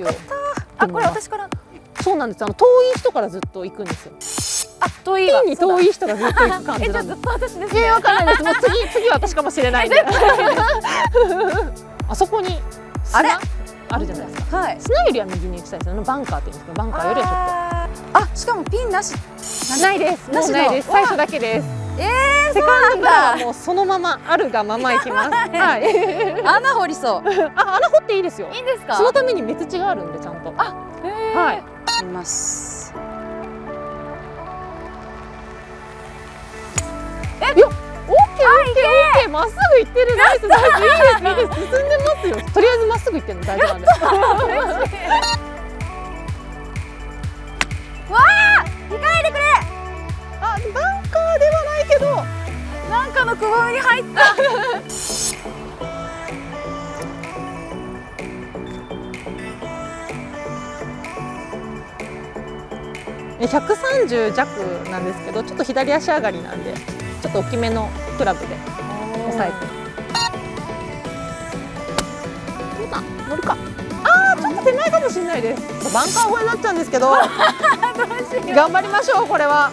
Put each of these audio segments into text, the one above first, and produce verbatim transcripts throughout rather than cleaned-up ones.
よ。 あ、これ私から。 そうなんです。あの遠い人からずっと行くんですよ。 あ、遠いわ。 ピンに遠い人がずっと行く感じえ、じゃなんです。 あずっと私ですね。 いや、わかんないです。もう次次私かもしれないんで。あそこに砂あれあるじゃないですか。 はい。 砂よりは右に行きたいです。あのバンカーって言うんですけど、バンカーよりはちょっあーあ、しかもピンなし。 とないです。 なしのもうないです。最初だけです。 ええ、 セそうなんカンドからはだ。 もうそのままあるがまま行きます。はい。 穴掘りそう。 あ、穴掘っていいですよ。 いいんですか。 そのために目土があるんでちゃんと。 あ、へえ。 はい。 います。 え、いや、オッケーオッケーオッケー、まっすぐ行ってる。ナイスナイス、いいですいいです。進んでますよ。とりあえずまっすぐ行ってるの大丈夫なんです。 わあ、控えてくれ。 あ、バンカーではないけど、 なんかのくぼみに入った。 ひゃくさんじゅう弱なんですけど、ちょっと左足上がりなんで、ちょっと大きめのクラブで押さえて。今乗るか。ああ、ちょっと手前かもしれないです。バンカー越えになっちゃうんですけど、頑張りましょうこれは。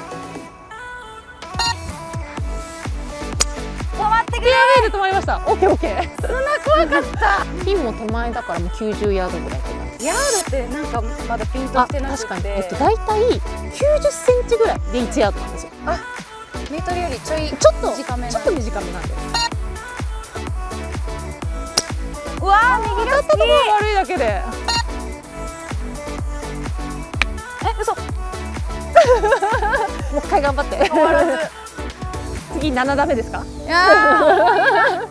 止まってくれ。 フェアウェイで止まりました。オッケーオッケー。 そんな怖かった。 ピンも手前だからもうきゅうじゅうヤードぐらいって感じ。 ヤードってなんかまだピンとあ、 してなくて。 確かに。えっと大体きゅうじゅっセンチぐらいでいちヤードなんですよ。 あ、メートルよりちょいちょっと短めな。 ちょっと短めなんです。 うわー、右が好き。 ちょっとところが悪いだけで。 え、嘘。 もう一回頑張って。 終わらず。 次なな打目ですか。 いやー。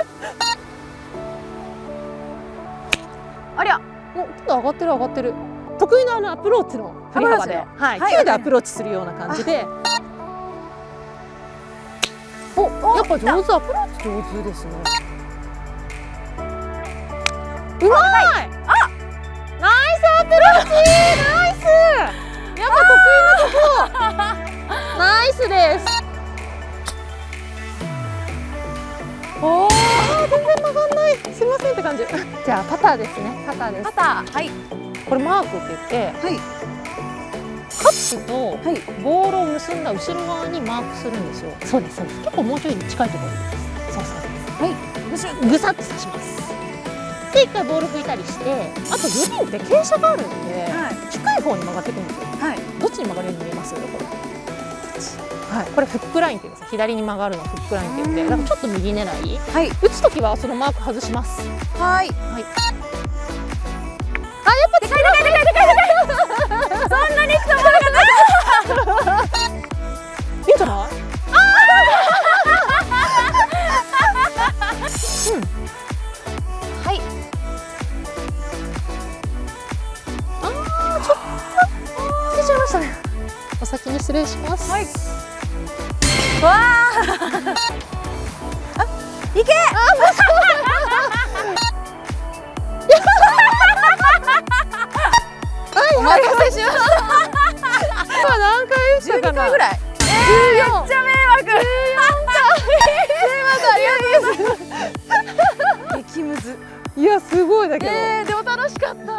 ありゃ。 もうちょっと上がってる上がってる。得意なあのアプローチの振り幅で、はい、 はいきゅうでアプローチするような感じで。お、やっぱ上手、アプローチ上手ですね。うまい。あ、ナイスアプローチ、ナイス。やっぱ得意なとこ。ナイスです。おお、全然曲がんない。すみませんって感じ。じゃあパターですね。パターです。 パター。はい。 これマークって言って、 はい。 カップとはい。 ボールを結んだ後ろ側にマークするんですよ。そうですそうです。結構もうちょい近いところです。そうそうです。はい。ぐさっと刺します。で一回ボール拭いたりして、あとグリーンって傾斜があるんで、 はい、 近い方に曲がってくるんですよ。 はい。 どっちに曲がるように見えますよこれ。はい。これフックラインって言うんです。左に曲がるのフックラインって言って、だからちょっと右狙い。 はい。 打つときはそのマーク外します。 はい。 はい。あ、やっぱ近い近い近い近い近い。 そんなに太ももがなかった。 いいんじゃない？あうん。はい。ああ、ちょっと出ちゃいましたね。お先に失礼します。はい。 わあ。あ、いけ。あ、もうそう。お任せします。 今何回打ったかな。じゅうにかいぐらい。 えー、めっちゃ迷惑。じゅうよんかい。すいません、ありがとうございます。激ムズ。 いや、すごいだけど。 えー、でも楽しかった。